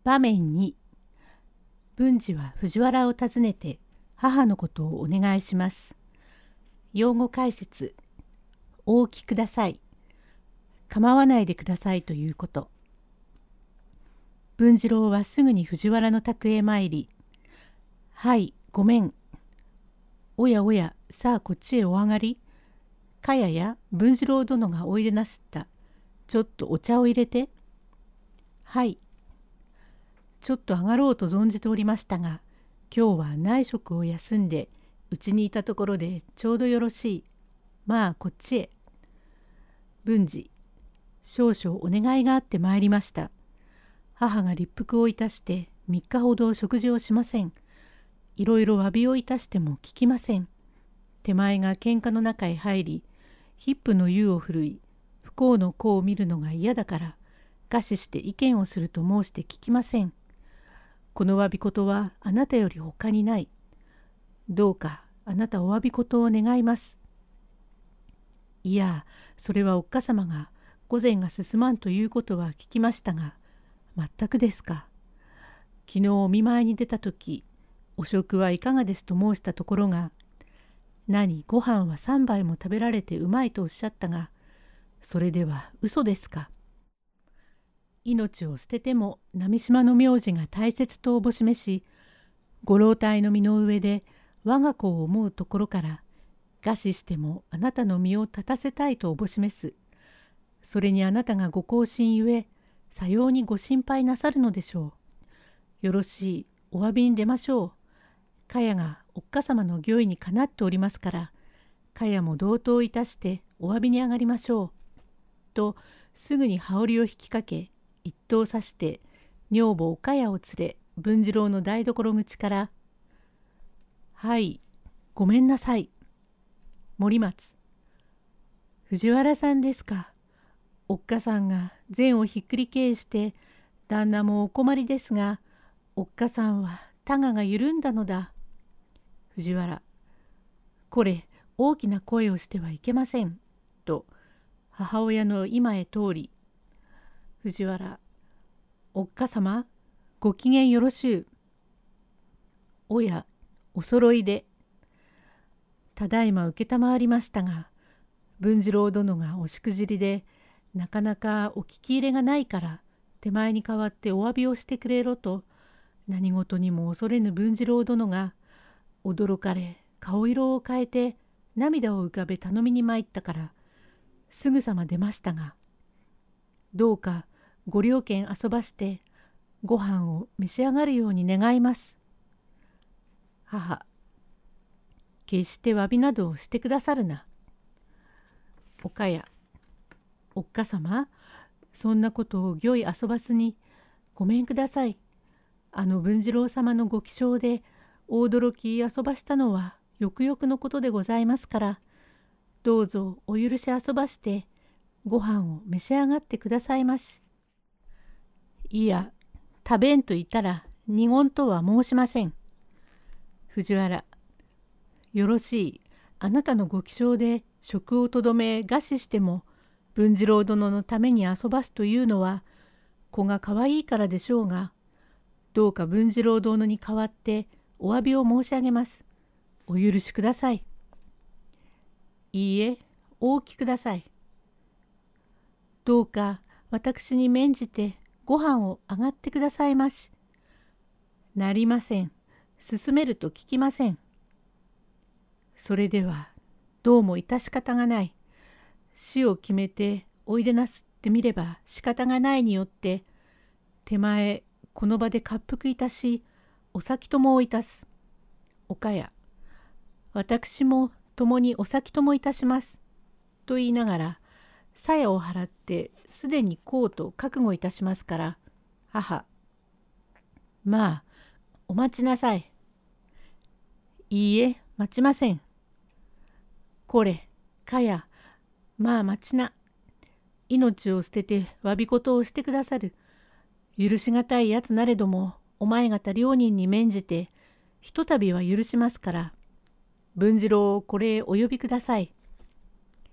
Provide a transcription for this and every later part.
場面に、文治は藤原を訪ねて母のことをお願いします。用語解説。お聞きください。構わないでくださいということ。文次郎はすぐに藤原の宅へ参り、はい、ごめん。おやおや、さあこっちへお上がり。かやや文次郎殿がおいでなすった。ちょっとお茶を入れて。はい。ちょっと上がろうと存じておりましたが、今日は内職を休んで、うちにいたところでちょうどよろしい。まあこっちへ。文治、少々お願いがあって参りました。母が立腹をいたして3日ほど食事をしません。いろいろ詫びをいたしても聞きません。手前が喧嘩の中へ入り、ヒップの湯を振るい、不幸の子を見るのが嫌だから、餓死して意見をすると申して聞きません。この詫び事はあなたより他にない。どうかあなたお詫び事を願います。いや、それはおっかさまが御前が進まんということは聞きましたが、全くですか。昨日お見舞いに出たとき、お食はいかがですと申したところが、何、ご飯は3杯も食べられてうまいとおっしゃったが、それでは嘘ですか。命を捨てても波島の名字が大切とおぼしめし、ご老体の身の上で我が子を思うところから、餓死してもあなたの身を立たせたいとおぼしめす。それにあなたがご後進ゆえ、さようにご心配なさるのでしょう。よろしい、お詫びに出ましょう。かやがおっかさまの御意にかなっておりますから、かやも同等いたしてお詫びに上がりましょう。と、すぐに羽織を引きかけ、一刀刺して、女房おかやを連れ、文次郎の台所口から、はい、ごめんなさい。森松。藤原さんですか。おっかさんが前をひっくり返して、旦那もお困りですが、おっかさんはタガが緩んだのだ。藤原。これ、大きな声をしてはいけません。と、母親の今へ通り。藤原。おっかさま、ご機嫌よろしゅう。おや、おそろいで。ただいま承りましたが、文次郎殿がおしくじりで、なかなかお聞き入れがないから、手前に代わってお詫びをしてくれろと、何事にも恐れぬ文次郎殿が、驚かれ、顔色を変えて、涙を浮かべ頼みに参ったから、すぐさま出ましたが、どうかご両家遊ばして、ご飯を召し上がるように願います。母。決して詫びなどをしてくださるな。おかや。おっかさま、そんなことを御意遊ばすに、ごめんください。あの文次郎様のご起床で、大驚き遊ばしたのは、よくよくのことでございますから、どうぞお許し遊ばして、ご飯を召し上がってくださいまし。いや、食べんと言ったら、二言とは申しません。藤原。よろしい。あなたのご起床で食をとどめ餓死しても、文次郎殿のために遊ばすというのは、子がかわいいからでしょうが、どうか文次郎殿に代わってお詫びを申し上げます。お許しください。いいえ、お聞きください。どうか私に免じてご飯をあがってくださいまし。なりません。進めると聞きません。それでは、どうも致し方がない。死を決めておいでなすってみれば仕方がないによって、手前この場で滑腹いたし、お先ともをいたす。おかや。私も共にお先ともいたします。と言いながら、鞘を払ってすでにこうと覚悟いたしますから、母。まあ、お待ちなさい。いいえ、待ちません。これ、かや、まあ待ちな。命を捨てて詫び事をしてくださる。許しがたいやつなれども、お前方両人に免じて、ひとたびは許しますから、文次郎をこれへお呼びください。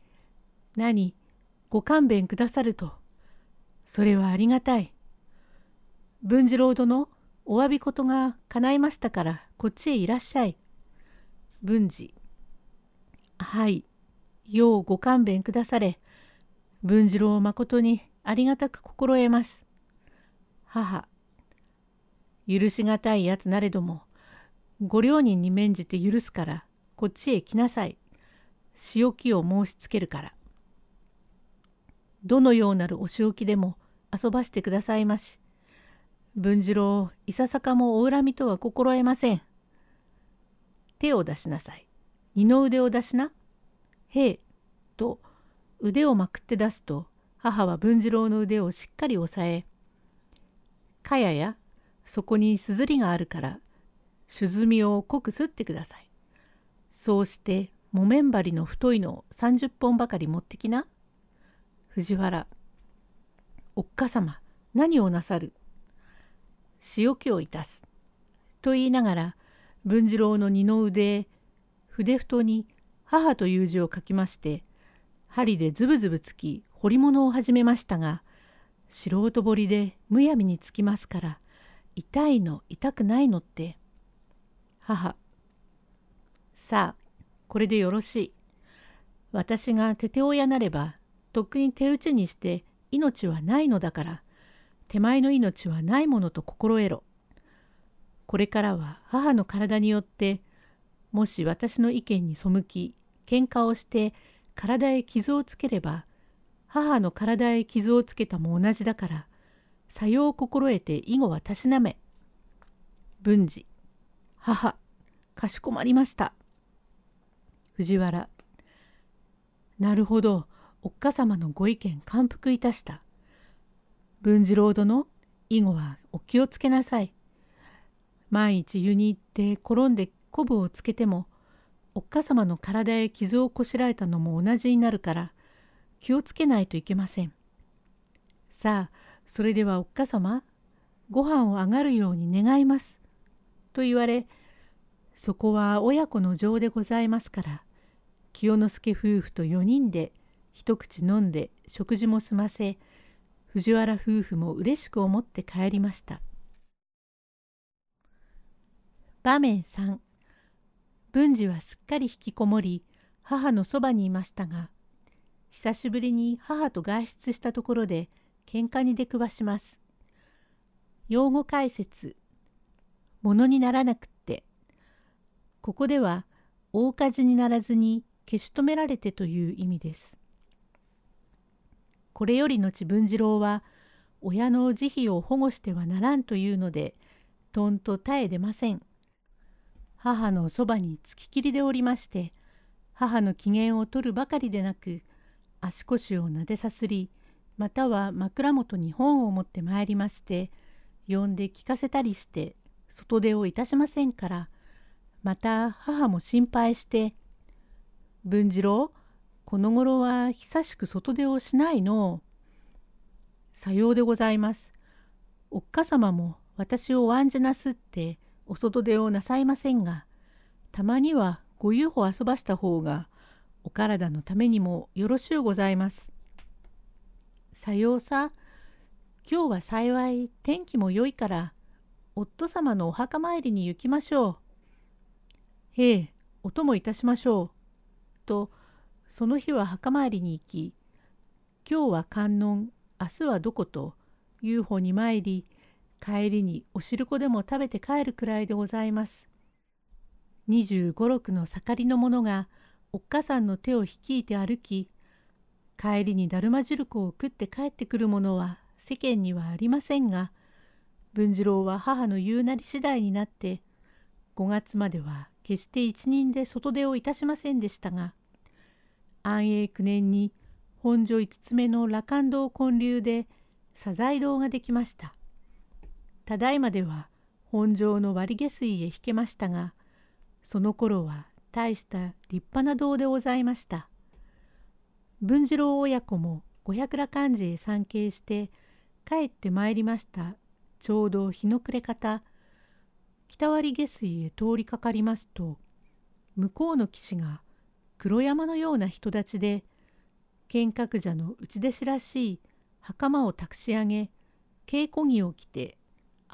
何、ご勘弁くださると。それはありがたい。 文次郎殿、お詫び事が叶いましたからこっちへいらっしゃい。文次、はい、ようご勘弁くだされ。文次郎まことにありがたく心得ます。母、許しがたいやつなれども、ご両人に免じて許すからこっちへ来なさい。仕置きを申しつけるから。どのようなるお仕置きでも遊ばしてくださいまし。文次郎、いささかもお恨みとは心得ません。手を出しなさい。二の腕を出しな。へえ、と腕をまくって出すと、母は文次郎の腕をしっかり押さえ、かやや、そこにすずりがあるから、朱墨を濃くすってください。そうして、木綿針の太いのを30本ばかり持ってきな。藤原、おっかさま、何をなさる。仕置きをいたす。と言いながら、文次郎の二の腕へ、筆太に母という字を書きまして、針でズブズブつき、彫り物を始めましたが、素人彫りでむやみにつきますから、痛いの痛くないのって。母、さあ、これでよろしい。私がテテ親なれば、とっくに手打ちにして命はないのだから、手前の命はないものと心得ろ。これからは母の体によって、もし私の意見に背き、喧嘩をして体へ傷をつければ、母の体へ傷をつけたも同じだから、さよう心得て以後はたしなめ。文次、母、かしこまりました。藤原、なるほど、おっかさまのご意見感服いたした。文次郎殿、以後はお気をつけなさい。万一湯に行って転んでこぶをつけても、おっかさまの体へ傷をこしらえたのも同じになるから、気をつけないといけません。さあ、それではおっかさま、ご飯をあがるように願います。と言われ、そこは親子の情でございますから、清之助夫婦と4人で一口飲んで食事も済ませ、藤原夫婦も嬉しく思って帰りました。場面3。文次はすっかり引きこもり、母のそばにいましたが、久しぶりに母と外出したところで喧嘩に出くわします。用語解説。ものにならなくって。ここでは大火事にならずに消し止められてという意味です。これより後文次郎は親の慈悲を保護してはならんというので、とんと絶え出ません。母のそばにつききりでおりまして、母の機嫌を取るばかりでなく、足腰をなでさすり、または枕元に本を持ってまいりまして、呼んで聞かせたりして外出をいたしませんから、また母も心配して、文次郎、この頃は久しく外出をしないの。さようでございます。おっかさまも私をお案じなすってお外出をなさいませんが、たまにはご遊歩遊ばした方がお体のためにもよろしゅうございます。さようさ、今日は幸い天気も良いから、夫様のお墓参りに行きましょう。へえ、お供いたしましょう。と、その日は墓参りに行き、今日は観音、明日はどこと遊歩に参り、帰りにお汁粉でも食べて帰るくらいでございます。25、6の盛りの者がおっかさんの手を率いて歩き、帰りにだるま汁粉を食って帰ってくる者は世間にはありませんが、文次郎は母の言うなり次第になって、5月までは決して一人で外出をいたしませんでしたが、安永9年に本所5つ目の羅漢堂建立で左財堂ができました。ただいまでは本所の割下水へ引けましたが、その頃は大した立派な堂でございました。文次郎親子も五百羅漢寺へ参詣して帰ってまいりました。ちょうど日の暮れ方、北割下水へ通りかかりますと、向こうの岸が黒山のような人立ちで、剣閣者の内弟子らしい袴をたくし上げ、稽古着を着て、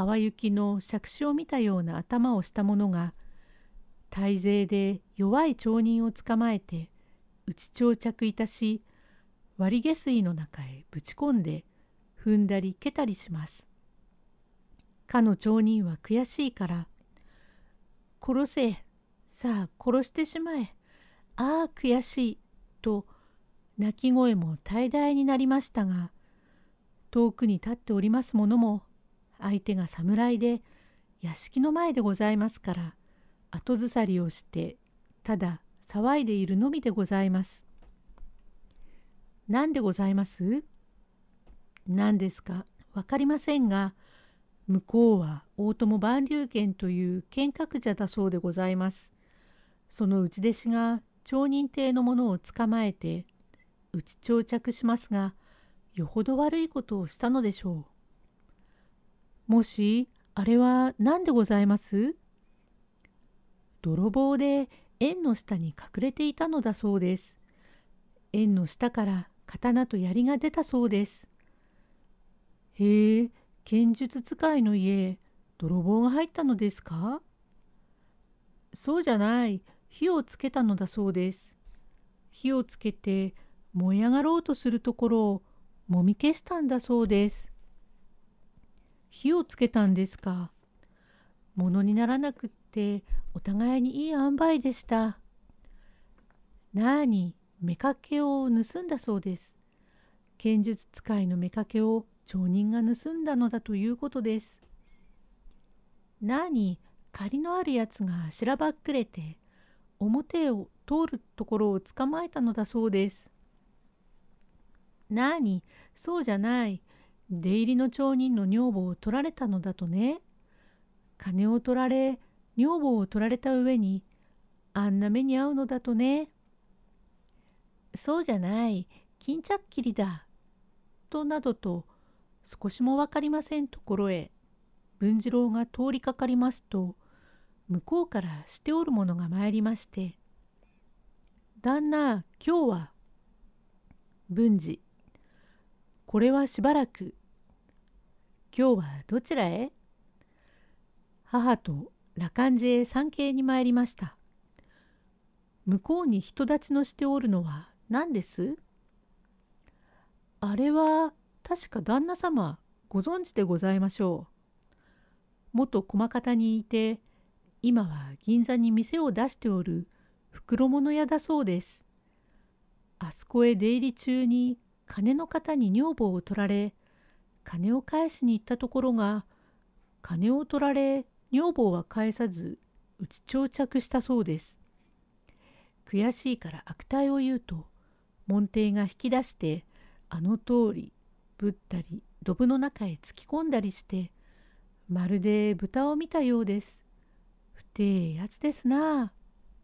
淡雪の杓子を見たような頭をした者が、大勢で弱い町人を捕まえて、打ち装着いたし、割下水の中へぶち込んで、踏んだり蹴ったりします。かの町人は悔しいから、殺せ、さあ殺してしまえ、ああ悔しい、と泣き声も大々になりましたが、遠くに立っております者も、相手が侍で屋敷の前でございますから、後ずさりをして、ただ騒いでいるのみでございます。何でございます？何ですかわかりませんが、向こうは大友万竜軒という剣客者だそうでございます。その内弟子が町人邸の者を捕まえて、打ち装着しますが、よほど悪いことをしたのでしょう。もし、あれは何でございます？泥棒で縁の下に隠れていたのだそうです。縁の下から刀と槍が出たそうです。へえ、剣術使いの家、泥棒が入ったのですか？そうじゃない、火をつけたのだそうです。火をつけて燃え上がろうとするところをもみ消したんだそうです。火をつけたんですか。ものにならなくってお互いにいい塩梅でした。なあに、妾を盗んだそうです。剣術使いの妾を町人が盗んだのだということです。なあに、借りのあるやつがしらばっくれて、表を通るところを捕まえたのだそうです。なあに、そうじゃない。出入りの町人の女房を取られたのだとね。金を取られ、女房を取られた上に、あんな目に遭うのだとね。そうじゃない、巾着切りだ。となどと、少しもわかりませんところへ、文次郎が通りかかりますと、向こうからしておる者が参りまして、旦那、今日は。文次、これはしばらく。今日はどちらへ？母と羅漢寺へ参詣に参りました。向こうに人立ちのしておるのは何です？あれは確か旦那様ご存知でございましょう。元駒方にいて、今は銀座に店を出しておる袋物屋だそうです。あそこへ出入り中に金の方に女房を取られ、金を返しに行ったところが、金を取られ女房は返さず打ち装着したそうです。悔しいから悪態を言うと、門弟が引き出してあの通りぶったりドブの中へ突き込んだりして、まるで豚を見たようです。不てえやつですな。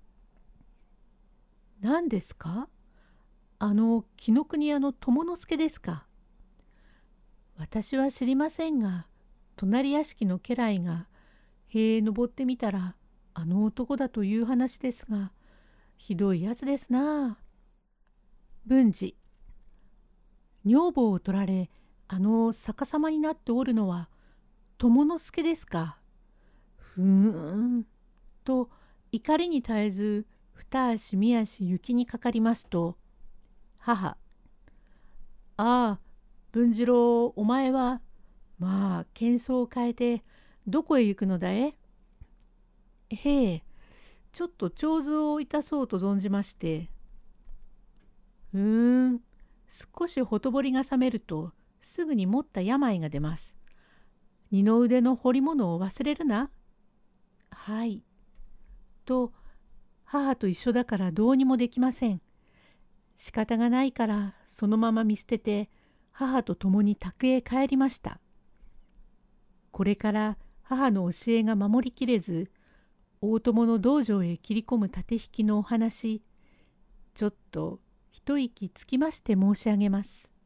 何ですか？紀ノ国屋の友之助ですか？私は知りませんが、隣屋敷の家来が塀へ登ってみたらあの男だという話ですが、ひどいやつですな。文次、女房を取られ逆さまになっておるのは友之助ですか？ふーんと怒りに絶えず二足三足雪にかかりますと、母、ああ文次郎、お前はまあ喧騒を変えてどこへ行くのだえ？へえ、ちょっと長図をいたそうと存じまして。少しほとぼりが冷めるとすぐに持った病が出ます。二の腕の彫り物を忘れるな。はい。と、母と一緒だからどうにもできません。仕方がないからそのまま見捨てて母と共に宅へ帰りました。これから母の教えが守りきれず、大友の道場へ切り込む縦引きのお話、ちょっと一息つきまして申し上げます。